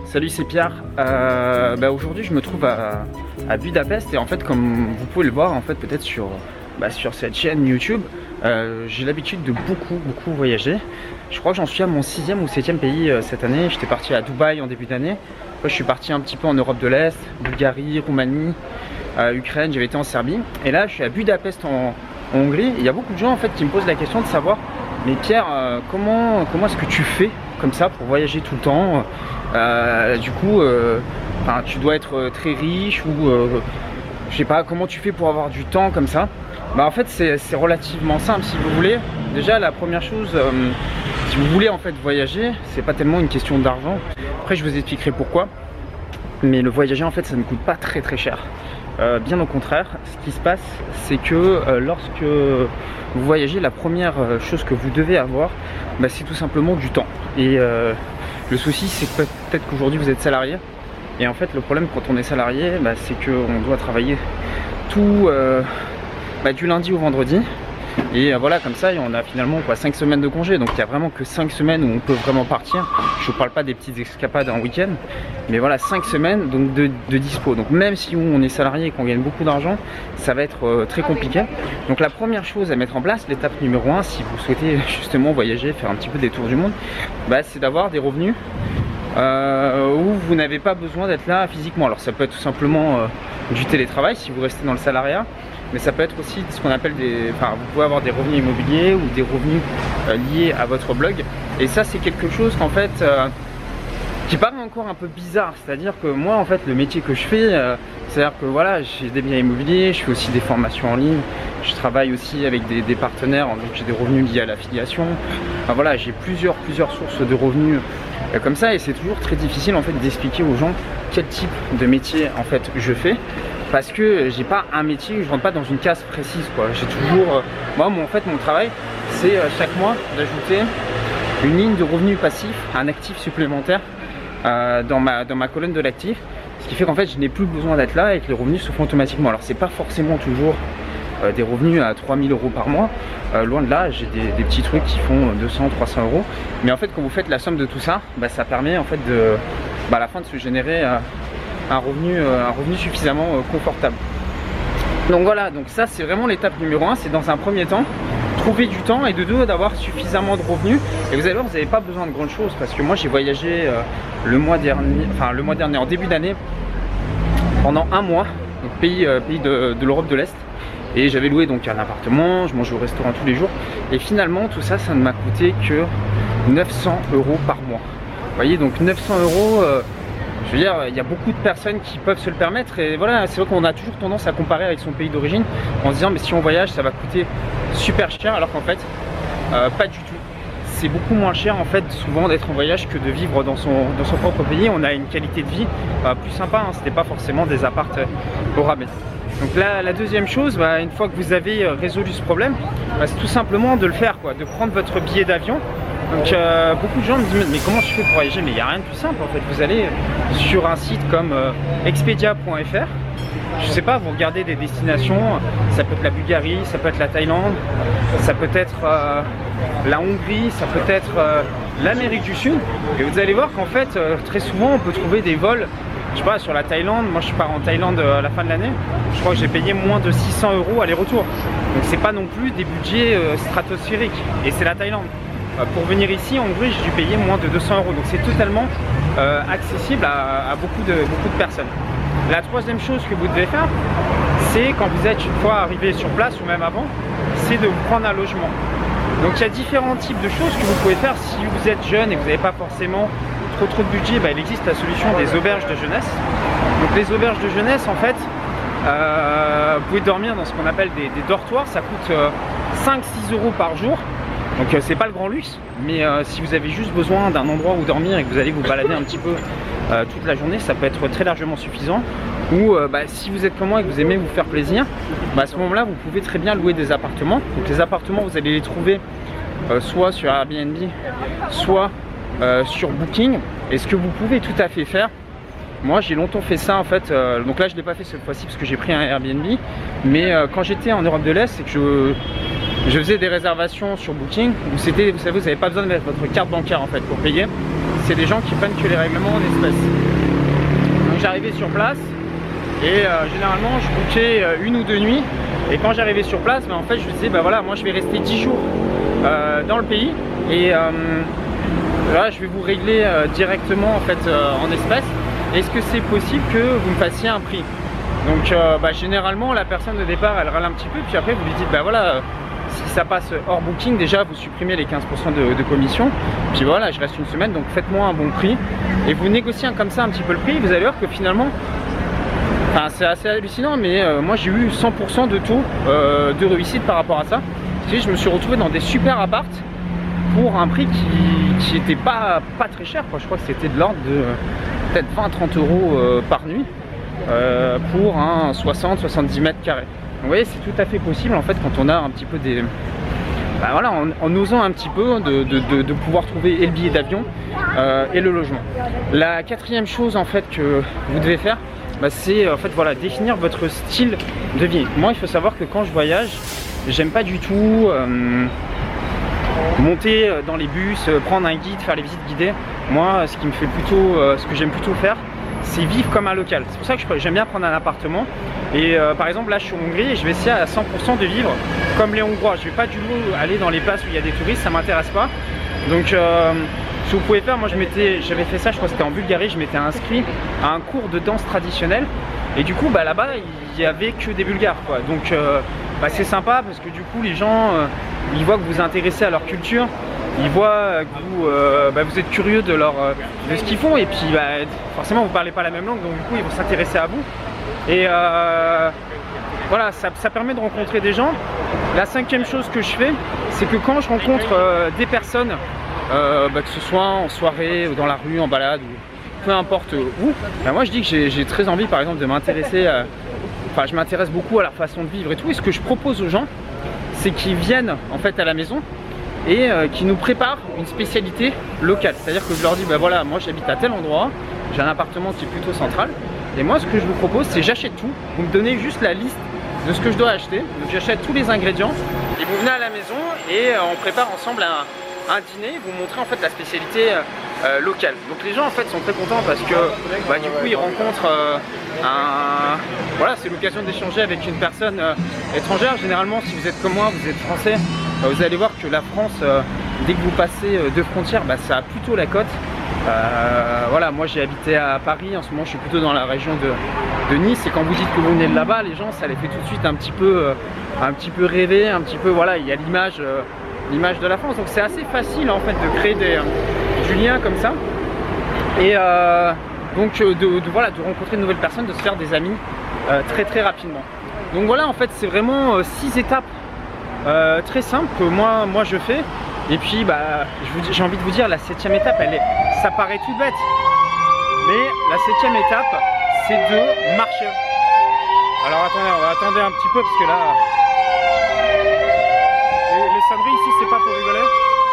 Salut, c'est Pierre. Aujourd'hui je me trouve à Budapest et en fait comme vous pouvez le voir en fait peut-être sur cette chaîne YouTube, j'ai l'habitude de beaucoup voyager. Je crois que j'en suis à mon 6e ou 7e pays cette année. J'étais parti à Dubaï en début d'année. Après je suis parti un petit peu en Europe de l'Est, Bulgarie, Roumanie, Ukraine, j'avais été en Serbie. Et là je suis à Budapest en Hongrie. Et il y a beaucoup de gens en fait qui me posent la question de savoir, mais Pierre, comment est-ce que tu fais comme ça pour voyager tout le temps? Tu dois être très riche ou je sais pas comment tu fais pour avoir du temps comme ça. En fait c'est relativement simple si vous voulez. Déjà la première chose, si vous voulez en fait voyager, c'est pas tellement une question d'argent. Après je vous expliquerai pourquoi. Mais le voyager en fait ça ne coûte pas très cher. Bien au contraire, ce qui se passe c'est que lorsque vous voyagez, la première chose que vous devez avoir, c'est tout simplement du temps. Et le souci c'est que peut-être qu'aujourd'hui vous êtes salarié. Et en fait le problème quand on est salarié, c'est qu'on doit travailler tout du lundi au vendredi. Et voilà, comme ça on a finalement 5 semaines de congé. Donc il n'y a vraiment que 5 semaines où on peut vraiment partir. Je ne parle pas des petites escapades en week-end, mais voilà, 5 semaines donc de dispo. Donc même si on est salarié et qu'on gagne beaucoup d'argent, ça va être très compliqué. Donc la première chose à mettre en place, l'étape numéro 1, si vous souhaitez justement voyager, faire un petit peu des tours du monde, c'est d'avoir des revenus où vous n'avez pas besoin d'être là physiquement. Alors ça peut être tout simplement du télétravail si vous restez dans le salariat, mais ça peut être aussi ce qu'on appelle vous pouvez avoir des revenus immobiliers ou des revenus liés à votre blog. Et ça c'est quelque chose qu'en fait qui paraît encore un peu bizarre, c'est-à-dire que moi en fait le métier que je fais, c'est-à-dire que voilà, j'ai des biens immobiliers, je fais aussi des formations en ligne, je travaille aussi avec des partenaires, donc j'ai des revenus liés à l'affiliation. Voilà, j'ai plusieurs sources de revenus comme ça, et c'est toujours très difficile en fait d'expliquer aux gens quel type de métier en fait je fais, parce que j'ai pas un métier, je rentre pas dans une case précise quoi. J'ai toujours mon travail c'est chaque mois d'ajouter une ligne de revenus passifs, un actif supplémentaire dans ma colonne de l'actif, ce qui fait qu'en fait je n'ai plus besoin d'être là et que les revenus se font automatiquement. Alors c'est pas forcément toujours des revenus à 3000 € par mois, loin de là, j'ai des petits trucs qui font 200-300 €, mais en fait quand vous faites la somme de tout ça, ça permet en fait de à la fin de se générer un revenu suffisamment confortable. Donc voilà, donc ça c'est vraiment l'étape numéro 1, c'est dans un premier temps trouver du temps, et de deux d'avoir suffisamment de revenus. Et vous allez voir, vous n'avez pas besoin de grande chose, parce que moi j'ai voyagé le mois dernier en début d'année pendant un mois, donc pays de l'Europe de l'Est. Et j'avais loué donc un appartement, je mangeais au restaurant tous les jours. Et finalement tout ça, ça ne m'a coûté que 900 € par mois. Vous voyez, donc 900 €, je veux dire, il y a beaucoup de personnes qui peuvent se le permettre. Et voilà, c'est vrai qu'on a toujours tendance à comparer avec son pays d'origine en se disant mais si on voyage ça va coûter super cher, alors qu'en fait pas du tout. C'est beaucoup moins cher en fait souvent d'être en voyage que de vivre dans son propre pays. On a une qualité de vie plus sympa, hein. C'était pas forcément des apparts au rabais. Donc là, la deuxième chose, une fois que vous avez résolu ce problème, c'est tout simplement de le faire quoi, de prendre votre billet d'avion. Donc beaucoup de gens me disent mais comment je fais pour voyager? Mais il n'y a rien de plus simple en fait. Vous allez sur un site comme expedia.fr. Je sais pas, vous regardez des destinations, ça peut être la Bulgarie, ça peut être la Thaïlande, ça peut être la Hongrie, ça peut être l'Amérique du Sud. Et vous allez voir qu'en fait très souvent on peut trouver des vols, je sais pas, sur la Thaïlande. Moi je pars en Thaïlande à la fin de l'année, je crois que j'ai payé moins de 600 € aller-retour. Donc c'est pas non plus des budgets stratosphériques, et c'est la Thaïlande. Pour venir ici en Hongrie, j'ai dû payer moins de 200 €. Donc c'est totalement accessible à beaucoup de personnes. La troisième chose que vous devez faire, c'est quand vous êtes une fois arrivé sur place ou même avant, c'est de vous prendre un logement. Donc il y a différents types de choses que vous pouvez faire si vous êtes jeune et que vous n'avez pas forcément trop de budget. Il existe la solution des auberges de jeunesse. Donc les auberges de jeunesse en fait, vous pouvez dormir dans ce qu'on appelle des dortoirs. Ça coûte 5-6 € par jour. Donc c'est pas le grand luxe, mais si vous avez juste besoin d'un endroit où dormir et que vous allez vous balader un petit peu toute la journée, ça peut être très largement suffisant. Ou si vous êtes comme moi et que vous aimez vous faire plaisir, à ce moment là vous pouvez très bien louer des appartements. Donc les appartements vous allez les trouver soit sur Airbnb, soit sur Booking. Et ce que vous pouvez tout à fait faire, moi j'ai longtemps fait ça en fait, donc là je ne l'ai pas fait cette fois-ci parce que j'ai pris un Airbnb, mais quand j'étais en Europe de l'Est, c'est que je faisais des réservations sur Booking où c'était, vous savez, vous n'avez pas besoin de mettre votre carte bancaire en fait pour payer. c'est des gens qui prennent que les règlements en espèces. Donc j'arrivais sur place et généralement je bookais 1 ou 2 nuits. Et quand j'arrivais sur place, en fait je me disais bah voilà, moi je vais rester 10 jours dans le pays et là je vais vous régler directement en fait en espèces. Est-ce que c'est possible que vous me fassiez un prix? Donc généralement la personne de départ elle râle un petit peu, puis après vous lui dites bah voilà, si ça passe hors booking, déjà vous supprimez les 15% de commission, puis voilà, je reste une semaine, donc faites-moi un bon prix et vous négociez comme ça un petit peu le prix. Vous allez voir que finalement, enfin, c'est assez hallucinant, mais moi j'ai eu 100% de taux de réussite par rapport à ça. Je me suis retrouvé dans des super apparts pour un prix qui était pas très cher, quoi. Je crois que c'était de l'ordre de peut-être 20-30 euros par nuit pour un 60-70 mètres carrés. Vous voyez, c'est tout à fait possible en fait quand on a un petit peu des... Bah voilà, en osant un petit peu de pouvoir trouver et le billet d'avion et le logement. La quatrième chose en fait que vous devez faire, c'est en fait voilà, définir votre style de vie. Moi il faut savoir que quand je voyage, j'aime pas du tout monter dans les bus, prendre un guide, faire les visites guidées. Moi ce qui me fait plutôt, ce que j'aime plutôt faire, c'est vivre comme un local. C'est pour ça que j'aime bien prendre un appartement. Et par exemple là je suis en Hongrie et je vais essayer à 100% de vivre comme les Hongrois. Je vais pas du tout aller dans les places où il y a des touristes, ça m'intéresse pas. Donc ce que vous pouvez faire, moi j'avais fait ça, je crois que c'était en Bulgarie, je m'étais inscrit à un cours de danse traditionnelle. Et du coup là-bas il y avait que des Bulgares quoi. Donc c'est sympa parce que du coup les gens ils voient que vous vous intéressez à leur culture. Ils voient que vous êtes curieux de ce qu'ils font et puis forcément vous parlez pas la même langue, donc du coup ils vont s'intéresser à vous. Et voilà, ça permet de rencontrer des gens. La cinquième chose que je fais, c'est que quand je rencontre des personnes, que ce soit en soirée ou dans la rue, en balade, ou peu importe où, moi je dis que j'ai très envie par exemple de m'intéresser, enfin je m'intéresse beaucoup à leur façon de vivre et tout. Et ce que je propose aux gens, c'est qu'ils viennent en fait à la maison et qui nous prépare une spécialité locale. C'est-à-dire que je leur dis, voilà, moi j'habite à tel endroit, j'ai un appartement qui est plutôt central, et moi ce que je vous propose c'est j'achète tout, vous me donnez juste la liste de ce que je dois acheter, donc j'achète tous les ingrédients, et vous venez à la maison et on prépare ensemble un dîner, vous montrez en fait la spécialité locale. Donc les gens en fait sont très contents parce que du coup ils rencontrent voilà, c'est l'occasion d'échanger avec une personne étrangère. Généralement si vous êtes comme moi, vous êtes français, vous allez voir que la France, dès que vous passez deux frontières, ça a plutôt la cote. Voilà, moi j'ai habité à Paris, en ce moment je suis plutôt dans la région de Nice, et quand vous dites que vous venez de là-bas, les gens ça les fait tout de suite un petit peu rêver, un petit peu, voilà, il y a l'image de la France. Donc c'est assez facile en fait de créer du lien comme ça, et donc voilà, de rencontrer de nouvelles personnes, de se faire des amis très rapidement. Donc voilà, en fait c'est vraiment 6 étapes très simples que moi je fais. Et puis j'ai envie de vous dire, la 7e étape, ça paraît tout bête, mais la 7e étape c'est de marcher. Alors attendez, on va attendre un petit peu parce que là les sonneries ici c'est pas pour rigoler.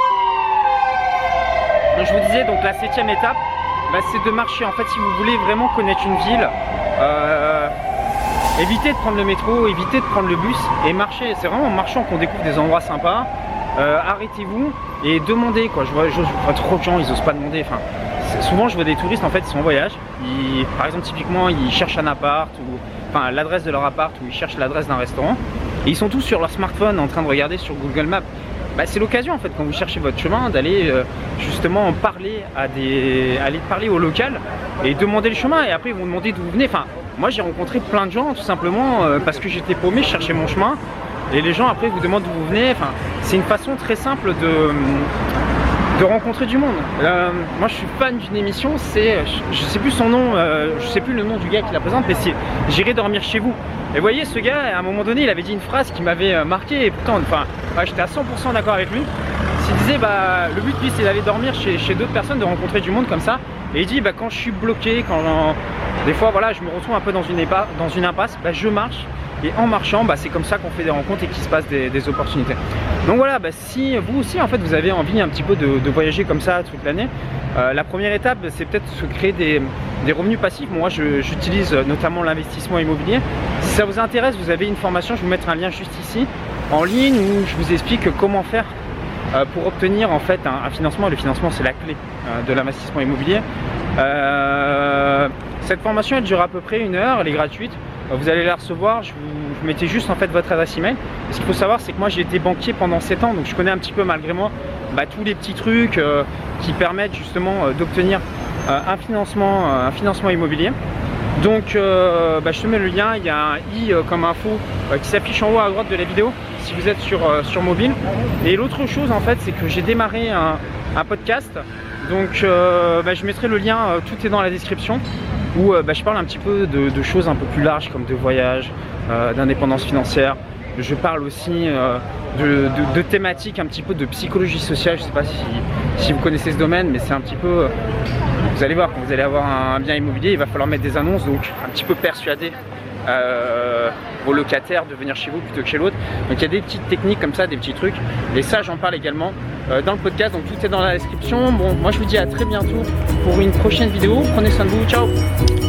Donc je vous disais, donc la 7e étape c'est de marcher. En fait si vous voulez vraiment connaître une ville, évitez de prendre le métro, évitez de prendre le bus et marcher. C'est vraiment en marchant qu'on découvre des endroits sympas. Arrêtez-vous et demandez quoi. Je vois trop de gens, ils osent pas demander. Enfin, souvent je vois des touristes en fait, ils sont en voyage. Par exemple typiquement ils cherchent un appart, ou enfin l'adresse de leur appart, ou ils cherchent l'adresse d'un restaurant. Et ils sont tous sur leur smartphone en train de regarder sur Google Maps. C'est l'occasion en fait quand vous cherchez votre chemin d'aller justement parler aller parler au local et demander le chemin. Et après ils vont demander d'où vous venez. Enfin, moi j'ai rencontré plein de gens tout simplement parce que j'étais paumé, je cherchais mon chemin. Et les gens après vous demandent d'où vous venez. Enfin, c'est une façon très simple de rencontrer du monde. Moi je suis fan d'une émission, je sais plus son nom, je sais plus le nom du gars qui la présente, mais c'est J'irai dormir chez vous. Et vous voyez, ce gars à un moment donné il avait dit une phrase qui m'avait marqué, et pourtant j'étais à 100% d'accord avec lui. Il disait le but lui c'est d'aller dormir chez d'autres personnes, de rencontrer du monde comme ça. Et il dit quand je suis bloqué, des fois voilà, je me retrouve un peu dans une impasse, je marche. Et en marchant, c'est comme ça qu'on fait des rencontres et qu'il se passe des opportunités. Donc voilà, si vous aussi en fait vous avez envie un petit peu de voyager comme ça toute l'année, la première étape c'est peut-être se créer des revenus passifs. Moi j'utilise notamment l'investissement immobilier. Si ça vous intéresse, vous avez une formation, je vais vous mettre un lien juste ici en ligne où je vous explique comment faire pour obtenir en fait un financement. Le financement, c'est la clé de l'investissement immobilier. Cette formation, elle dure à peu près 1 heure, elle est gratuite. Vous allez la recevoir, vous mettez juste en fait votre adresse email. Et ce qu'il faut savoir, c'est que moi j'ai été banquier pendant 7 ans, donc je connais un petit peu malgré moi tous les petits trucs qui permettent justement d'obtenir un financement immobilier. Donc je te mets le lien, il y a un i comme info qui s'affiche en haut à droite de la vidéo si vous êtes sur mobile. Et l'autre chose en fait, c'est que j'ai démarré un podcast. Donc je mettrai le lien, tout est dans la description, où je parle un petit peu de choses un peu plus larges comme de voyage, d'indépendance financière. Je parle aussi de thématiques un petit peu de psychologie sociale. Je ne sais pas si vous connaissez ce domaine, mais c'est un petit peu... vous allez voir, quand vous allez avoir un bien immobilier, il va falloir mettre des annonces, donc un petit peu persuader vos locataires de venir chez vous plutôt que chez l'autre. Donc il y a des petites techniques comme ça, des petits trucs, et ça j'en parle également dans le podcast, donc tout est dans la description. Bon, moi je vous dis à très bientôt pour une prochaine vidéo, prenez soin de vous, ciao.